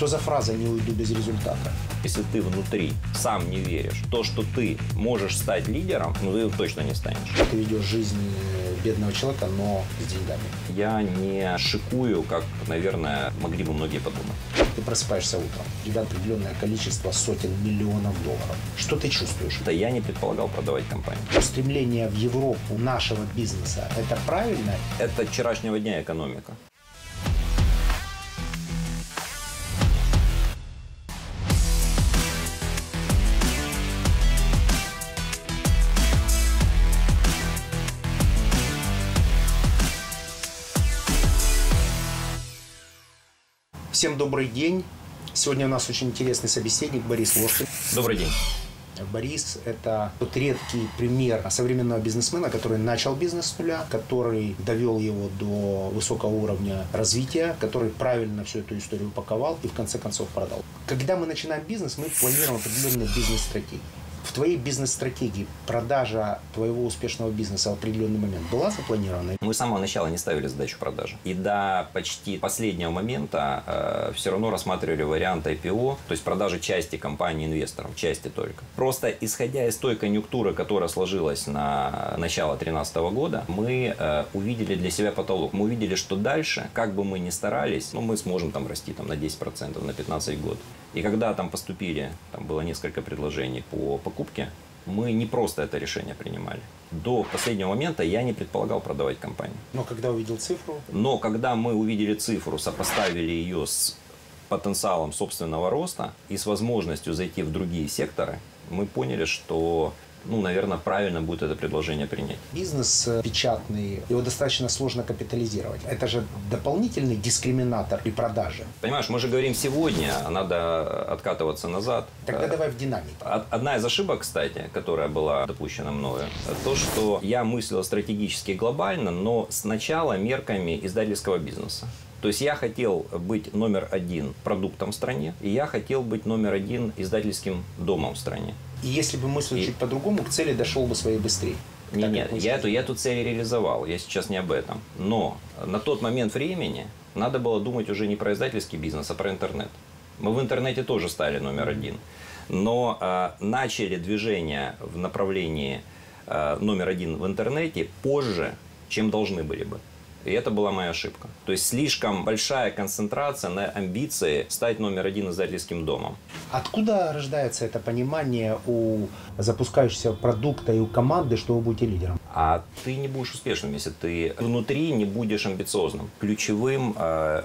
Что за фраза «не уйду без результата»? Если ты внутри сам не веришь в то, что ты можешь стать лидером, ну ты точно не станешь. Ты ведешь жизнь бедного человека, но с деньгами. Я не шикую, как, наверное, могли бы многие подумать. Ты просыпаешься утром, у тебя определенное количество сотен миллионов долларов. Что ты чувствуешь? Да я не предполагал продавать компанию. Стремление в Европу нашего бизнеса – это правильно? Это вчерашнего дня экономика. Всем добрый день. Сегодня у нас очень интересный собеседник Борис Ложкин. Добрый день. Борис – это тот редкий пример современного бизнесмена, который начал бизнес с нуля, который довел его до высокого уровня развития, который правильно всю эту историю упаковал и в конце концов продал. Когда мы начинаем бизнес, мы планируем определенные бизнес-стратегии. В твоей бизнес-стратегии продажа твоего успешного бизнеса в определенный момент была запланирована? Мы с самого начала не ставили задачу продажи. И до почти последнего момента все равно рассматривали вариант IPO, то есть продажи части компании инвесторам, части только. Просто исходя из той конъюнктуры, которая сложилась на начало 2013 года, мы увидели для себя потолок. Мы увидели, что дальше, как бы мы ни старались, мы сможем там расти на 10%, на 15% в год. И когда там поступили, там было несколько предложений по покупке, мы не просто это решение принимали. До последнего момента я не предполагал продавать компанию. Но когда увидел цифру? Но когда мы увидели цифру, сопоставили ее с потенциалом собственного роста и с возможностью зайти в другие секторы, мы поняли, что наверное, правильно будет это предложение принять. Бизнес печатный, его достаточно сложно капитализировать. Это же дополнительный дискриминатор при продаже. Понимаешь, мы же говорим сегодня, а надо откатываться назад. Тогда давай в динамике. Одна из ошибок, кстати, которая была допущена мною, то, что я мыслил стратегически глобально, но сначала мерками издательского бизнеса. То есть я хотел быть номер один продуктом в стране, и я хотел быть номер один издательским домом в стране. И если бы мыслил чуть по-другому, к цели дошел бы своей быстрее. Нет, я эту цель реализовал, я сейчас не об этом. Но на тот момент времени надо было думать уже не про издательский бизнес, а про интернет. Мы в интернете тоже стали номер один. Но начали движение в направлении номер один в интернете позже, чем должны были бы. И это была моя ошибка. То есть слишком большая концентрация на амбиции стать номер один издательским домом. Откуда рождается это понимание у запускающегося продукта и у команды, что вы будете лидером? А ты не будешь успешным, если ты внутри не будешь амбициозным. Ключевым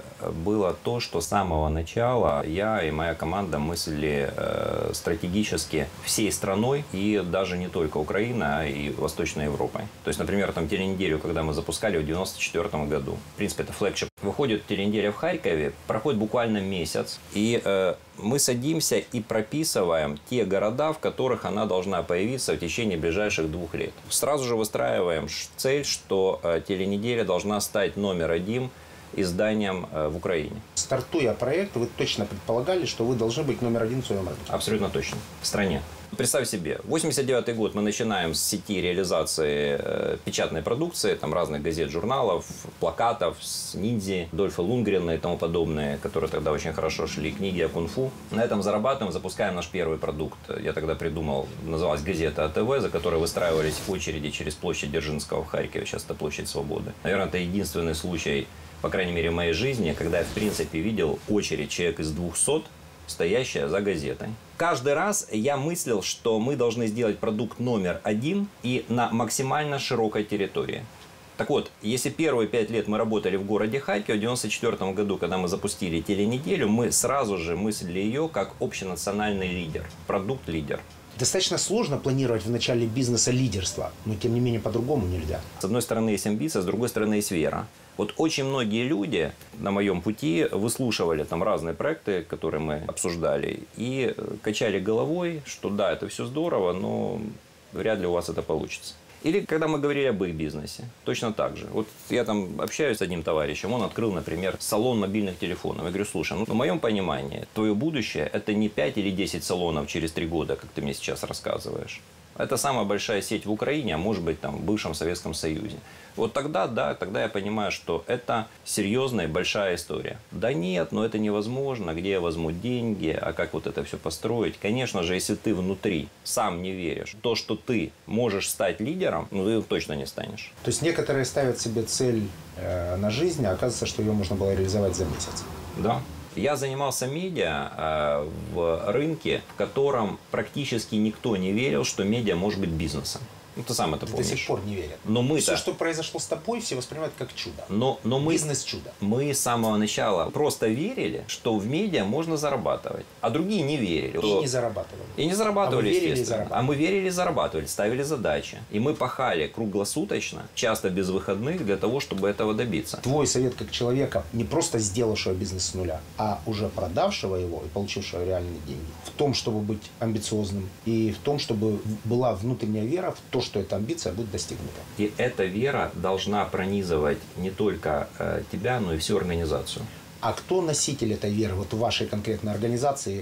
было то, что с самого начала я и моя команда мыслили стратегически всей страной и даже не только Украина, а и Восточной Европой. То есть, например, теленеделю, когда мы запускали в 1994 году. В принципе, это флэгшип. Выходит теленеделя в Харькове, проходит буквально месяц, и мы садимся и прописываем те города, в которых она должна появиться в течение ближайших 2 лет. Сразу же выстраиваем цель, что теленеделя должна стать номер один изданием в Украине. Стартуя проект, вы точно предполагали, что вы должны быть номер один в своем рынке? Абсолютно точно. В стране. Представь себе, 89 год мы начинаем с сети реализации печатной продукции, разных газет, журналов, плакатов с Ниндзи, Дольфа Лундгрена и тому подобное, которые тогда очень хорошо шли, книги о кунг-фу. На этом зарабатываем, запускаем наш первый продукт. Я тогда придумал, называлась газета АТВ, за которой выстраивались очереди через площадь Дзержинского в Харькове, сейчас это площадь Свободы. Наверное, это единственный случай, по крайней мере в моей жизни, когда я в принципе видел очередь человек из 200, стоящая за газетой. Каждый раз я мыслил, что мы должны сделать продукт номер один и на максимально широкой территории. Так вот, если первые 5 лет мы работали в городе Харьков, в 1994 году, когда мы запустили теленеделю, мы сразу же мыслили ее как общенациональный лидер, продукт-лидер. Достаточно сложно планировать в начале бизнеса лидерство, но тем не менее по-другому нельзя. С одной стороны есть амбиция, с другой стороны есть вера. Вот очень многие люди на моем пути выслушивали разные проекты, которые мы обсуждали, и качали головой, что да, это все здорово, но вряд ли у вас это получится. Или когда мы говорили об их бизнесе, точно так же. Вот я общаюсь с одним товарищем, он открыл, например, салон мобильных телефонов. Я говорю, слушай, в моем понимании, твое будущее – это не 5 или 10 салонов через 3 года, как ты мне сейчас рассказываешь. Это самая большая сеть в Украине, а может быть там в бывшем Советском Союзе. Вот тогда, да, тогда я понимаю, что это серьезная и большая история. Да нет, но это невозможно, где я возьму деньги, а как вот это все построить? Конечно же, если ты внутри сам не веришь, то, что ты можешь стать лидером, ну ты точно не станешь. То есть некоторые ставят себе цель на жизнь, а оказывается, что ее можно было реализовать за месяц. Да. Я занимался медиа в рынке, в котором практически никто не верил, что медиа может быть бизнесом. Ну, ты сам это помнишь. До сих пор не верят. Но мы-то... Все, что произошло с тобой, все воспринимают как чудо. Но мы... Бизнес-чудо. Мы с самого начала просто верили, что в медиа можно зарабатывать, а другие не верили. И не зарабатывали. И не зарабатывали, естественно. А мы верили и зарабатывали, ставили задачи. И мы пахали круглосуточно, часто без выходных, для того, чтобы этого добиться. Твой совет как человека, не просто сделавшего бизнес с нуля, а уже продавшего его и получившего реальные деньги, в том, чтобы быть амбициозным, и в том, чтобы была внутренняя вера в то, что эта амбиция будет достигнута. И эта вера должна пронизывать не только тебя, но и всю организацию. А кто носитель этой веры вот в вашей конкретной организации,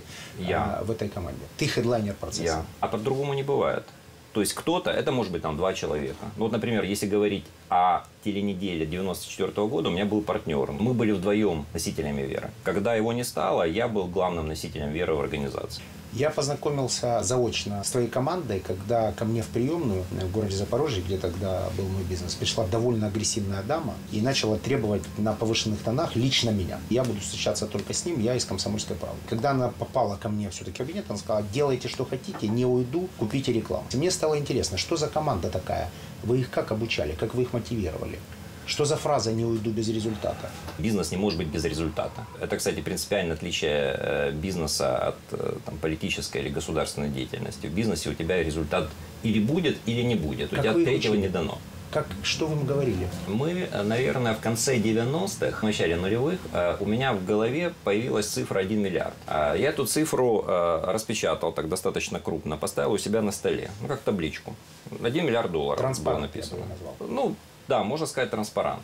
в этой команде? Ты хедлайнер процесса. Я. А по-другому не бывает. То есть кто-то, это может быть там 2 человека. Ну, вот, например, если говорить о теленеделе 1994 года, у меня был партнер. Мы были вдвоем носителями веры. Когда его не стало, я был главным носителем веры в организации. Я познакомился заочно с твоей командой, когда ко мне в приемную в городе Запорожье, где тогда был мой бизнес, пришла довольно агрессивная дама и начала требовать на повышенных тонах лично меня. Я буду встречаться только с ним, я из «Комсомольской правды». Когда она попала ко мне все-таки в кабинет, она сказала: делайте, что хотите, не уйду, купите рекламу. И мне стало интересно, что за команда такая? Вы их как обучали, как вы их мотивировали? Что за фраза «не уйду без результата»? Бизнес не может быть без результата. Это, кстати, принципиальное отличие бизнеса от политической или государственной деятельности. В бизнесе у тебя результат или будет, или не будет. У тебя третьего не дано. Что вы им говорили? Мы, наверное, в конце 90-х, в начале нулевых, у меня в голове появилась цифра 1 миллиард. Я эту цифру распечатал так достаточно крупно, поставил у себя на столе, ну как табличку. 1 миллиард долларов было написано. Ну, да, можно сказать, транспарант.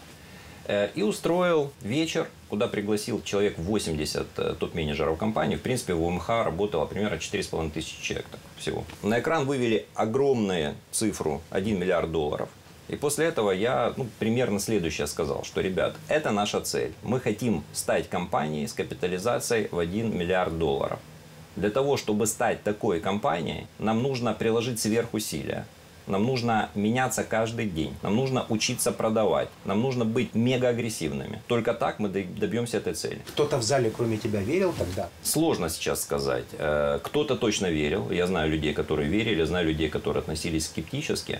И устроил вечер, куда пригласил человек 80 топ-менеджеров компании. В принципе, в УМХ работало примерно 4500 человек всего. На экран вывели огромную цифру 1 миллиард долларов. И после этого я примерно следующее сказал, что, ребят, это наша цель. Мы хотим стать компанией с капитализацией в 1 миллиард долларов. Для того, чтобы стать такой компанией, нам нужно приложить сверхусилия. Нам нужно меняться каждый день. Нам нужно учиться продавать. Нам нужно быть мега-агрессивными. Только так мы добьемся этой цели. Кто-то в зале, кроме тебя, верил тогда? Сложно сейчас сказать. Кто-то точно верил. Я знаю людей, которые верили, знаю людей, которые относились скептически.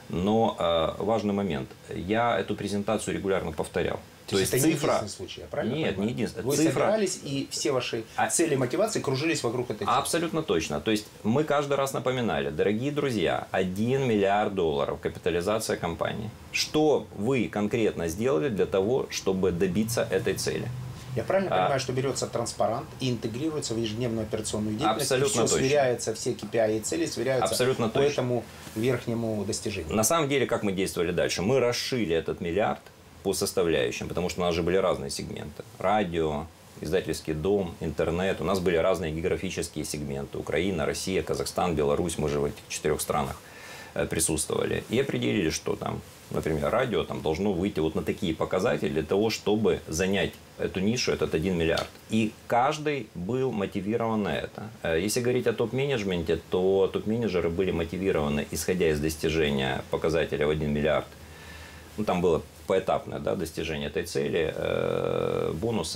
Но важный момент. Я эту презентацию регулярно повторял. То есть это цифра... не единственный случай, я правильно Нет, понимаю? не единственный. Вы собирались, и все ваши цели и мотивации кружились вокруг этой цифры. Абсолютно точно. То есть мы каждый раз напоминали: дорогие друзья, 1 миллиард долларов капитализация компании. Что вы конкретно сделали для того, чтобы добиться этой цели? Я правильно понимаю, что берется транспарант и интегрируется в ежедневную операционную деятельность? Абсолютно и все сверяется, все KPI и цели сверяются абсолютно по этому верхнему достижению? На самом деле, как мы действовали дальше? Мы расшили этот миллиард по составляющим, потому что у нас же были разные сегменты. Радио, издательский дом, интернет. У нас были разные географические сегменты. Украина, Россия, Казахстан, Беларусь. Мы же в этих 4 странах присутствовали. И определили, что там, например, радио там должно выйти вот на такие показатели для того, чтобы занять эту нишу, этот 1 миллиард. И каждый был мотивирован на это. Если говорить о топ-менеджменте, то топ-менеджеры были мотивированы, исходя из достижения показателя в 1 миллиард. Ну, там было поэтапное достижение этой цели, бонусы.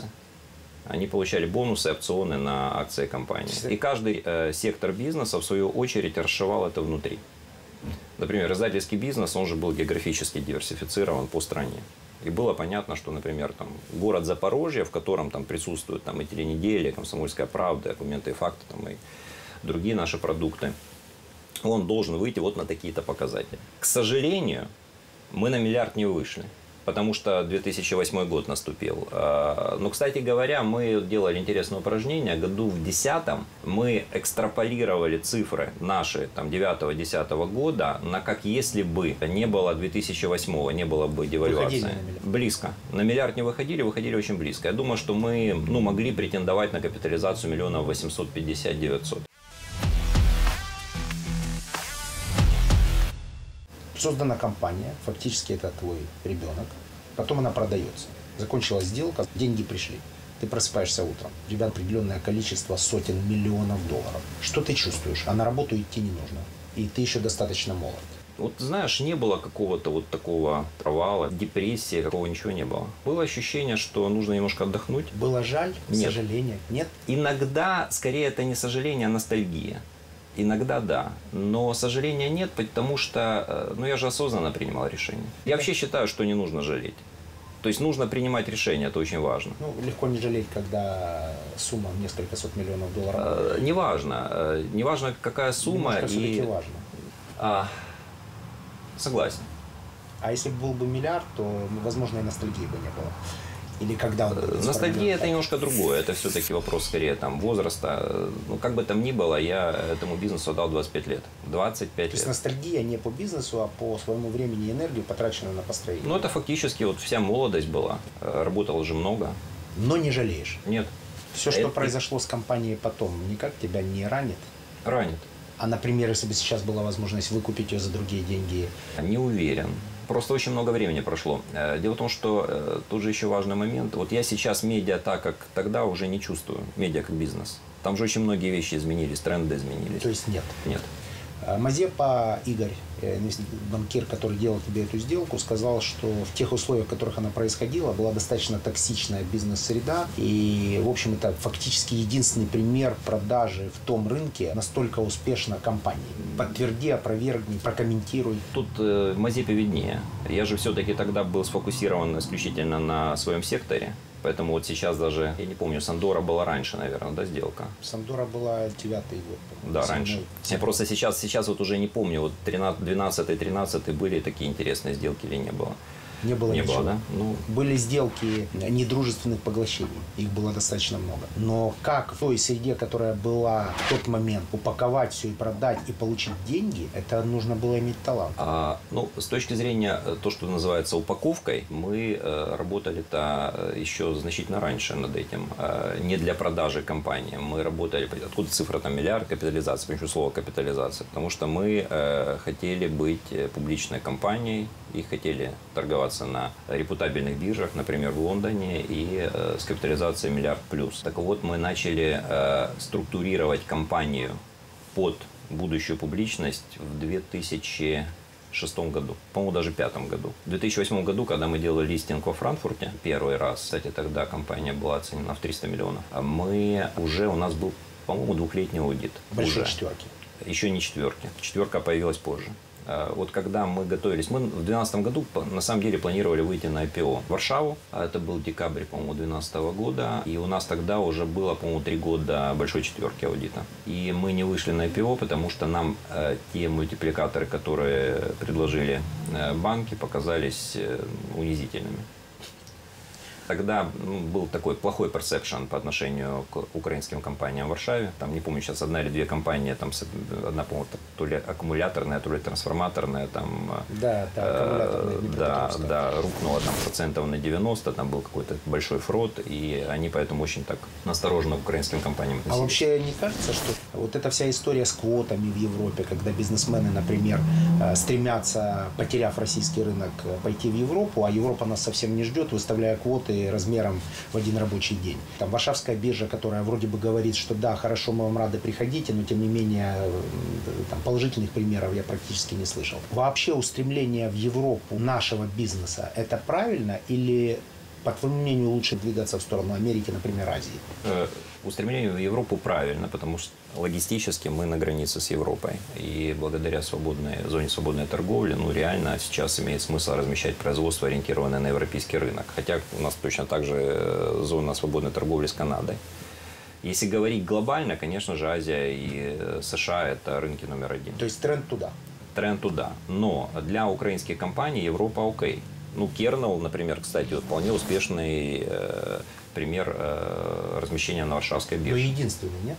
Они получали бонусы, опционы на акции компании. И каждый сектор бизнеса, в свою очередь, расшивал это внутри. Например, издательский бизнес, он же был географически диверсифицирован по стране. И было понятно, что, например, там, город Запорожье, в котором там присутствуют там, и теленедели, и «Комсомольская правда», «Аргументы и факты», там, и другие наши продукты, он должен выйти вот на такие-то показатели. К сожалению, мы на миллиард не вышли, потому что 2008 год наступил. Но, кстати говоря, мы делали интересное упражнение. Году в 2010 мы экстраполировали цифры наши 9-10 года на как если бы не было 2008, не было бы девальвации. Близко. На миллиард не выходили, выходили очень близко. Я думаю, что мы могли претендовать на капитализацию 1 850 900 000. Создана компания, фактически это твой ребенок, потом она продается. Закончилась сделка, деньги пришли. Ты просыпаешься утром, у тебя определенное количество сотен миллионов долларов. Что ты чувствуешь? А на работу идти не нужно. И ты еще достаточно молод. Вот знаешь, не было какого-то вот такого провала, депрессии, какого ничего не было. Было ощущение, что нужно немножко отдохнуть. Было жаль, Нет. сожаление? Нет? Иногда, скорее, это не сожаление, а ностальгия. Иногда да, но сожаления нет, потому что я же осознанно принимал решение. Я вообще считаю, что не нужно жалеть. То есть нужно принимать решения, это очень важно. Ну, легко не жалеть, когда сумма в несколько сот миллионов долларов. Неважно. Неважно, какая сумма. Немножко все-таки важно. Согласен. А если бы был бы миллиард, то, возможно, и ностальгии бы не было. Или когда он будет Ностальгия – это немножко другое. Это все-таки вопрос скорее там, возраста. Ну, как бы там ни было, я этому бизнесу дал 25 лет. 25 То лет. есть ностальгия не по бизнесу, а по своему времени и энергии, потраченной на построение. Ну, это фактически вот вся молодость была. Работал же много. Но не жалеешь. Нет. Все, что произошло с компанией потом, никак тебя не ранит? Ранит. А, например, если бы сейчас была возможность выкупить ее за другие деньги? Не уверен. Просто очень много времени прошло. Дело в том, что тут же еще важный момент. Вот я сейчас медиа так, как тогда, уже не чувствую. Медиа как бизнес. Там же очень многие вещи изменились, тренды изменились. То есть нет? Нет. Мазепа Игорь, банкир, который делал тебе эту сделку, сказал, что в тех условиях, в которых она происходила, была достаточно токсичная бизнес-среда. И, в общем, это фактически единственный пример продажи в том рынке настолько успешно компании. Подтверди, опровергни, прокомментируй. Тут Мазепе виднее. Я же все-таки тогда был сфокусирован исключительно на своем секторе. Поэтому вот сейчас даже, я не помню, Сандора была раньше, наверное, да, сделка? Сандора была 9-й год. Да, раньше. Я просто сейчас вот уже не помню, вот 12-13 были такие интересные сделки или не было? Не было не ничего. Было, да? Ну... Были сделки недружественных поглощений. Их было достаточно много. Но как в той среде, которая была в тот момент, упаковать все и продать, и получить деньги, это нужно было иметь талант. С точки зрения то, что называется упаковкой, мы работали-то еще значительно раньше над этим. Не для продажи компании. Мы работали... Откуда цифра там миллиард капитализации? Почему слово капитализация? Потому что мы хотели быть публичной компанией и хотели торговаться на репутабельных биржах, например, в Лондоне, и с капитализацией миллиард плюс. Так вот, мы начали структурировать компанию под будущую публичность в 2006 году, по-моему, даже 2005 году. В 2008 году, когда мы делали листинг во Франкфурте, первый раз, кстати, тогда компания была оценена в 300 миллионов, у нас был, по-моему, двухлетний аудит. Большие четверки. Еще не четверки. Четверка появилась позже. Вот когда мы готовились, мы в 2012 году на самом деле планировали выйти на IPO в Варшаву. Это был декабрь, по-моему, 2012 года. И у нас тогда уже было, по-моему, 3 года большой четверки аудита. И мы не вышли на IPO, потому что нам те мультипликаторы, которые предложили банки, показались унизительными. Тогда был такой плохой персепшн по отношению к украинским компаниям в Варшаве. Там, не помню, сейчас одна или две компании, там одна, по-моему, то ли аккумуляторная, то ли трансформаторная. Там, аккумуляторная. Рухнула там процентов на 90, там был какой-то большой фрод, и они поэтому очень так настороженно к украинским компаниям относились. А вообще не кажется, что вот эта вся история с квотами в Европе, когда бизнесмены, например, стремятся, потеряв российский рынок, пойти в Европу, а Европа нас совсем не ждет, выставляя квоты размером в один рабочий день. Там Варшавская биржа, которая вроде бы говорит, что да, хорошо, мы вам рады, приходите, но тем не менее там, положительных примеров я практически не слышал. Вообще устремление в Европу нашего бизнеса, это правильно или, по твоему мнению, лучше двигаться в сторону Америки, например, Азии? Устремление в Европу правильно, потому что логистически мы на границе с Европой. И благодаря зоне свободной торговли, реально сейчас имеет смысл размещать производство, ориентированное на европейский рынок. Хотя у нас точно так же зона свободной торговли с Канадой. Если говорить глобально, конечно же, Азия и США – это рынки номер один. То есть тренд туда? Тренд туда. Но для украинских компаний Европа окей. Kernel, например, кстати, вполне успешный пример размещения на Варшавской бирже. Но единственный, нет?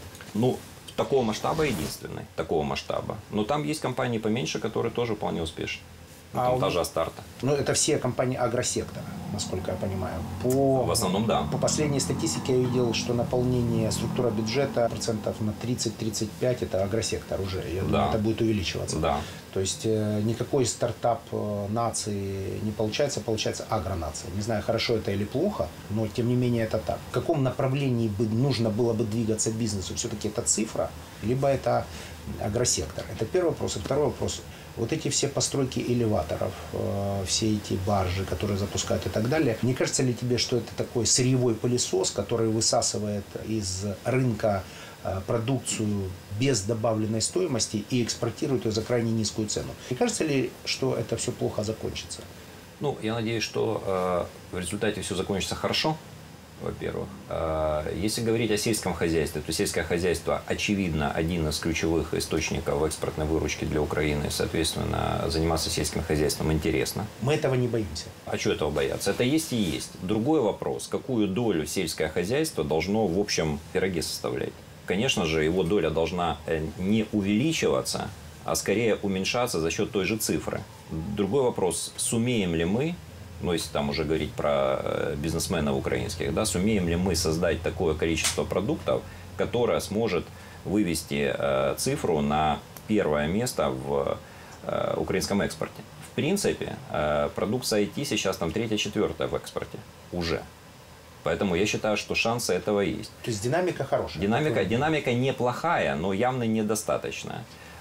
Такого масштаба единственный. Такого масштаба. Но там есть компании поменьше, которые тоже вполне успешны. Там та же Астарта. Ну, это все компании агросектора, насколько я понимаю. В основном, да. По последней статистике я видел, что наполнение структура бюджета процентов на 30-35 это агросектор уже. Я думаю, это будет увеличиваться. Да. То есть никакой стартап нации не получается, получается агронация. Не знаю, хорошо это или плохо, но тем не менее это так. В каком направлении нужно было бы двигаться бизнесу? Все-таки это цифра, либо это агросектор? Это первый вопрос. И второй вопрос. Вот эти все постройки элеваторов, все эти баржи, которые запускают и так далее. Не кажется ли тебе, что это такой сырьевой пылесос, который высасывает из рынка продукцию без добавленной стоимости и экспортирует ее за крайне низкую цену? Не кажется ли, что это все плохо закончится? Ну, я надеюсь, что в результате все закончится хорошо, во-первых. Если говорить о сельском хозяйстве, то сельское хозяйство, очевидно, один из ключевых источников экспортной выручки для Украины. Соответственно, заниматься сельским хозяйством интересно. Мы этого не боимся. А чего этого бояться? Это есть и есть. Другой вопрос, какую долю сельское хозяйство должно в общем пироге составлять? Конечно же, его доля должна не увеличиваться, а скорее уменьшаться за счет той же цифры. Другой вопрос, сумеем ли мы, ну, если там уже говорить про бизнесменов украинских, да, сумеем ли мы создать такое количество продуктов, которое сможет вывести цифру на первое место в украинском экспорте. В принципе, продукция IT сейчас там 3-4 в экспорте уже. Поэтому я считаю, что шансы этого есть. То есть динамика хорошая? Динамика неплохая, но явно недостаточная.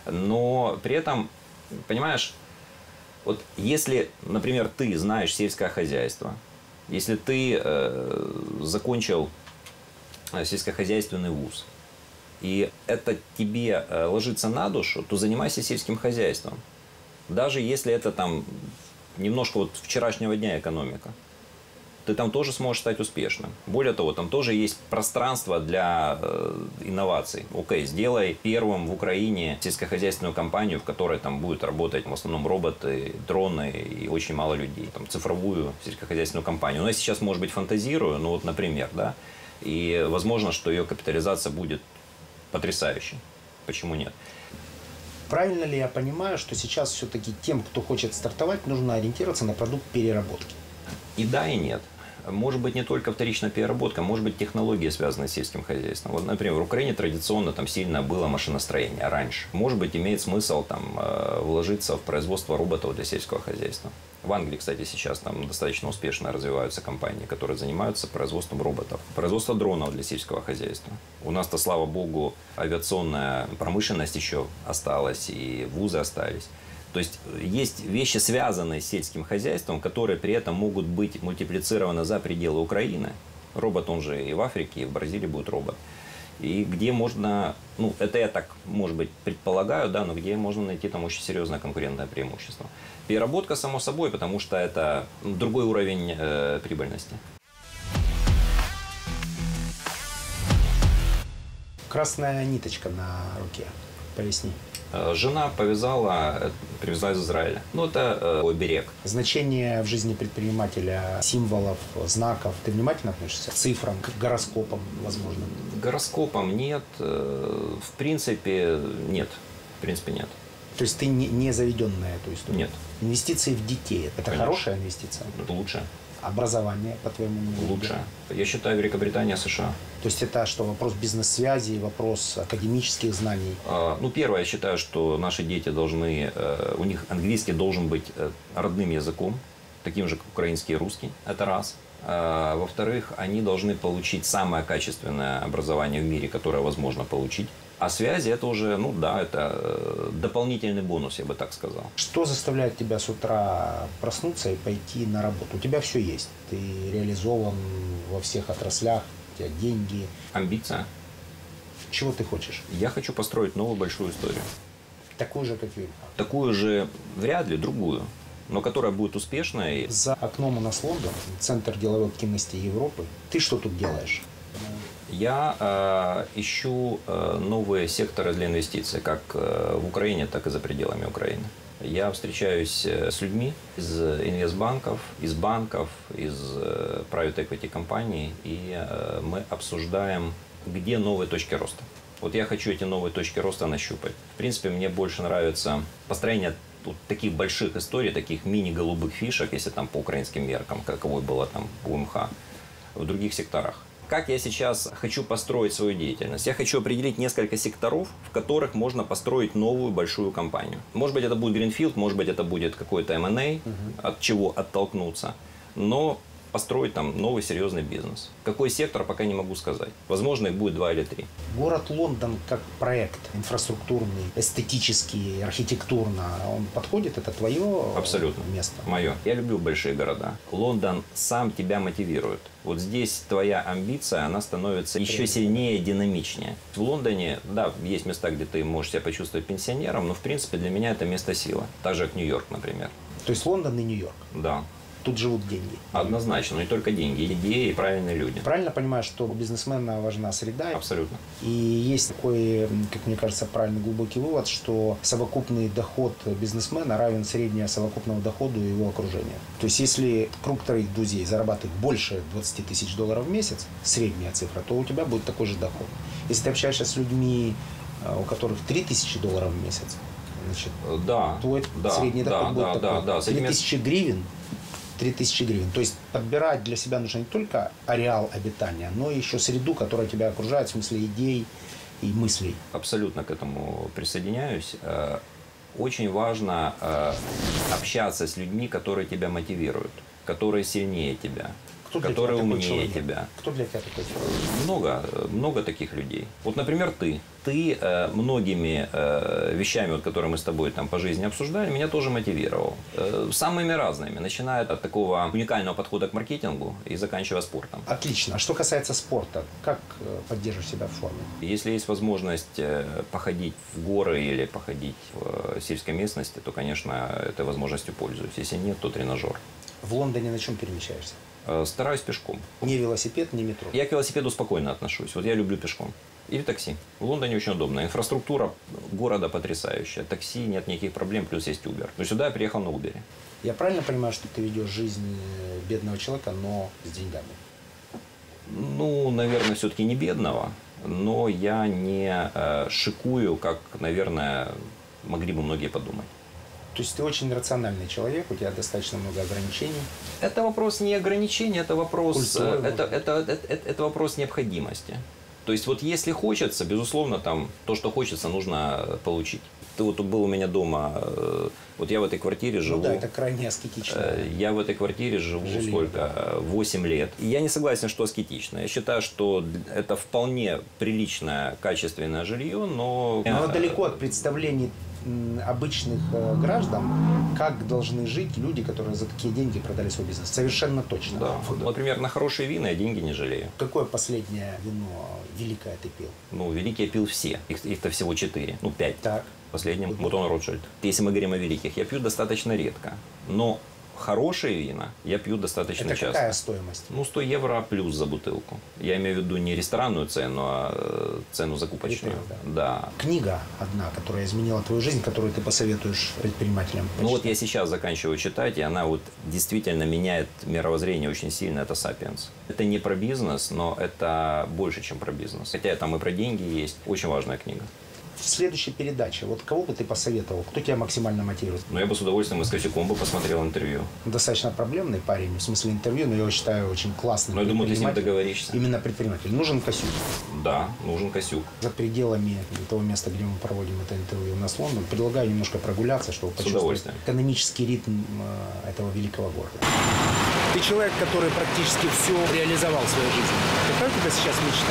Но при этом, понимаешь, вот если, например, ты знаешь сельское хозяйство, если ты закончил сельскохозяйственный вуз, и это тебе ложится на душу, то занимайся сельским хозяйством. Даже если это там немножко вот вчерашнего дня экономика, ты там тоже сможешь стать успешным. Более того, там тоже есть пространство для инноваций. Окей, сделай первым в Украине сельскохозяйственную компанию, в которой там будет работать в основном роботы, дроны и очень мало людей. Там цифровую сельскохозяйственную компанию. Но я сейчас, может быть, фантазирую, ну вот, например, да, и возможно, что ее капитализация будет потрясающей. Почему нет? Правильно ли я понимаю, что сейчас все-таки тем, кто хочет стартовать, нужно ориентироваться на продукт переработки? И да, и нет. Может быть, не только вторичная переработка, может быть, технологии, связанные с сельским хозяйством. Вот, например, в Украине традиционно там сильно было машиностроение раньше. Может быть, имеет смысл там вложиться в производство роботов для сельского хозяйства. В Англии, кстати, сейчас там достаточно успешно развиваются компании, которые занимаются производством роботов. Производство дронов для сельского хозяйства. У нас-то, слава богу, авиационная промышленность еще осталась, и вузы остались. То есть есть вещи, связанные с сельским хозяйством, которые при этом могут быть мультиплицированы за пределы Украины. Робот, он же и в Африке, и в Бразилии будет робот. И где можно, ну, это я так, может быть, предполагаю, да, но где можно найти там очень серьезное конкурентное преимущество. Переработка, само собой, потому что это другой уровень прибыльности. Красная ниточка на руке. Поясни. Жена привезла из Израиля. Ну, это оберег. Значение в жизни предпринимателя символов, знаков. Ты внимательно относишься к цифрам, к гороскопам, возможно? Гороскопам нет. В принципе, нет. В принципе, нет. То есть ты не заведен на эту историю? Нет. Инвестиции в детей – это Конечно. Хорошая инвестиция? Лучше. Образование, по твоему мнению? Лучше. Я считаю, Великобритания, США. То есть это что, вопрос бизнес-связи, вопрос академических знаний? Ну, первое, я считаю, что наши дети должны, у них английский должен быть родным языком, таким же, как украинский и русский. Это раз. Во-вторых, они должны получить самое качественное образование в мире, которое возможно получить. А связи это уже, ну да, это дополнительный бонус, я бы так сказал. Что заставляет тебя с утра проснуться и пойти на работу? У тебя все есть. Ты реализован во всех отраслях, у тебя деньги. Амбиция. Чего ты хочешь? Я хочу построить новую большую историю. Такую же, как и... Такую же, вряд ли, другую, но которая будет успешной. За окном у нас Лондон, центр деловой активности Европы. Ты что тут делаешь? Я ищу новые секторы для инвестиций, как в Украине, так и за пределами Украины. Я встречаюсь с людьми из инвестбанков, из банков, из private equity компаний, и мы обсуждаем, где новые точки роста. Вот я хочу эти новые точки роста нащупать. В принципе, мне больше нравится построение вот таких больших историй, таких мини-голубых фишек, если там по украинским меркам, каково было там УМХ, в других секторах. Как я сейчас хочу построить свою деятельность? Я хочу определить несколько секторов, в которых можно построить новую большую компанию. Может быть, это будет Greenfield, может быть, это будет какой-то M&A, от чего оттолкнуться. Но построить там новый серьезный бизнес. Какой сектор, пока не могу сказать. Возможно, их будет 2 или 3. Город Лондон как проект инфраструктурный, эстетический, архитектурно, он подходит? Это твое Абсолютно. Место? Мое. Я люблю большие города. Лондон сам тебя мотивирует. Вот здесь твоя амбиция, она становится еще сильнее, динамичнее. В Лондоне, да, есть места, где ты можешь себя почувствовать пенсионером, но, в принципе, для меня это место силы. Так же, как Нью-Йорк, например. То есть Лондон и Нью-Йорк? Да. Тут живут деньги. Однозначно, но не только деньги, идеи и правильные люди. Правильно понимаю, что у бизнесмена важна среда? Абсолютно. И есть такой, как мне кажется, правильный глубокий вывод, что совокупный доход бизнесмена равен среднему совокупному доходу его окружения. То есть если круг твоих друзей зарабатывает больше 20 тысяч долларов в месяц, средняя цифра, то у тебя будет такой же доход. Если ты общаешься с людьми, у которых 3000 долларов в месяц, значит, твой средний доход будет такой. 3000 гривен. 3000 гривен. То есть подбирать для себя нужно не только ареал обитания, но и еще среду, которая тебя окружает, в смысле идей и мыслей. Абсолютно к этому присоединяюсь. Очень важно общаться с людьми, которые тебя мотивируют, которые сильнее тебя, которые умнее тебя. Кто для тебя такой человек? Много таких людей. Вот, например, ты. Ты многими вещами, вот, которые мы с тобой там по жизни обсуждали, меня тоже мотивировал. Самыми разными. Начиная от такого уникального подхода к маркетингу и заканчивая спортом. Отлично. А что касается спорта, как поддерживаешь себя в форме? Если есть возможность походить в горы или походить в сельской местности, то, конечно, этой возможностью пользуюсь. Если нет, то тренажер. В Лондоне на чем перемещаешься? Стараюсь пешком. Не велосипед, не метро? Я к велосипеду спокойно отношусь. Вот я люблю пешком. Или такси. В Лондоне очень удобно. Инфраструктура города потрясающая. Такси, нет никаких проблем, плюс есть Uber. Но сюда я приехал на Uber. Я правильно понимаю, что ты ведешь жизнь бедного человека, но с деньгами? Ну, наверное, все-таки не бедного. Но я не шикую, как, наверное, могли бы многие подумать. То есть ты очень рациональный человек, у тебя достаточно много ограничений. Это вопрос не ограничения, это вопрос, это вопрос необходимости. То есть вот если хочется, безусловно, там то, что хочется, нужно получить. Ты вот был у меня дома, вот я в этой квартире живу. Ну да, это крайне аскетично. Я в этой квартире живу сколько? 8 лет. И я не согласен, что аскетично. Я считаю, что это вполне приличное, качественное жилье, но... Но далеко от представлений обычных граждан, как должны жить люди, которые за такие деньги продали свой бизнес. Совершенно точно. Да. Например, на хорошие вина я деньги не жалею. Какое последнее вино великое ты пил? Ну, великие я пил все. Их-то всего 4. Ну, 5. Так. Последним вот он Ротшильд. Если мы говорим о великих, я пью достаточно редко. Но хорошие вина я пью достаточно часто. Это какая стоимость? Ну, 100 евро плюс за бутылку. Я имею в виду не ресторанную цену, а цену закупочную. Ритейл, да. Книга одна, которая изменила твою жизнь, которую ты посоветуешь предпринимателям почитать? Ну вот я сейчас заканчиваю читать, и она вот действительно меняет мировоззрение очень сильно. Это «Сапиенс». Это не про бизнес, но это больше, чем про бизнес. Хотя там и про деньги есть. Очень важная книга. В следующей передаче, вот кого бы ты посоветовал? Кто тебя максимально мотивирует? Ну, я бы с удовольствием с Косяком бы посмотрел интервью. Достаточно проблемный парень, в смысле интервью, но я его считаю очень классным. Но я думаю, ты с ним договоришься. Именно предприниматель. Нужен Косюк. Да, нужен Косюк. За пределами того места, где мы проводим это интервью у нас в Лондон, предлагаю немножко прогуляться, чтобы почувствовать экономический ритм этого великого города. Ты человек, который практически все реализовал в своей жизни. Какая у тебя сейчас мечта?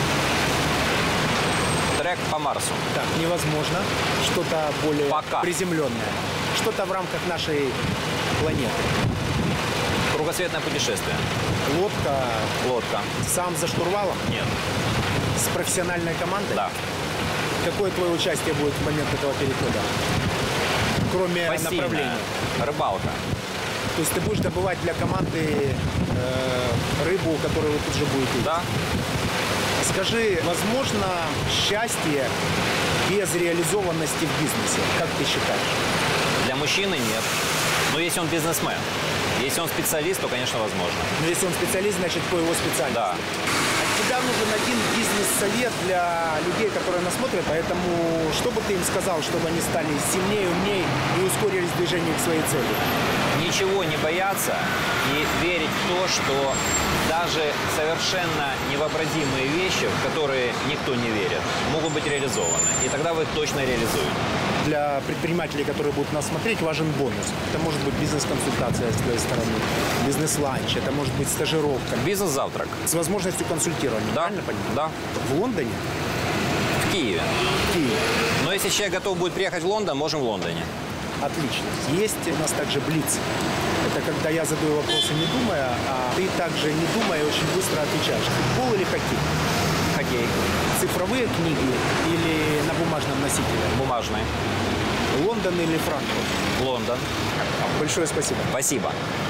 Трек по Марсу. Так, невозможно. Что-то более Пока. приземленное. Что-то в рамках нашей планеты. Кругосветное путешествие. Лодка. Сам за штурвалом? Нет. С профессиональной командой? Да. Какое твое участие будет в момент этого перехода? Кроме направления. Рыбалка. То есть ты будешь добывать для команды рыбу, которую вы тут же будете? Да. Скажи, возможно счастье без реализованности в бизнесе? Как ты считаешь? Для мужчины нет. Но если он бизнесмен, если он специалист, то, конечно, возможно. Но если он специалист, значит, по его специальности. Да. От всегда нужен один бизнес-совет для людей, которые нас смотрят. Поэтому, что бы ты им сказал, чтобы они стали сильнее, умнее и ускорились в движении к своей цели? Ничего не бояться и верить в то, что даже совершенно невообразимые вещи, в которые никто не верит, могут быть реализованы. И тогда вы их точно реализуете. Для предпринимателей, которые будут нас смотреть, важен бонус. Это может быть бизнес-консультация с твоей стороны, бизнес-ланч, это может быть стажировка. Бизнес-завтрак. С возможностью консультирования, Да, правильно понимаю? да. В Лондоне? В Киеве. В Киеве. Но если человек готов будет приехать в Лондон, можем в Лондоне. Отлично. Есть у нас также блиц. Это когда я задаю вопросы не думая, а ты также не думая очень быстро отвечаешь. Футбол или хоккей? Хоккей. Цифровые книги или на бумажном носителе? Бумажный. Лондон или Франкфурт? Лондон. Большое спасибо. Спасибо.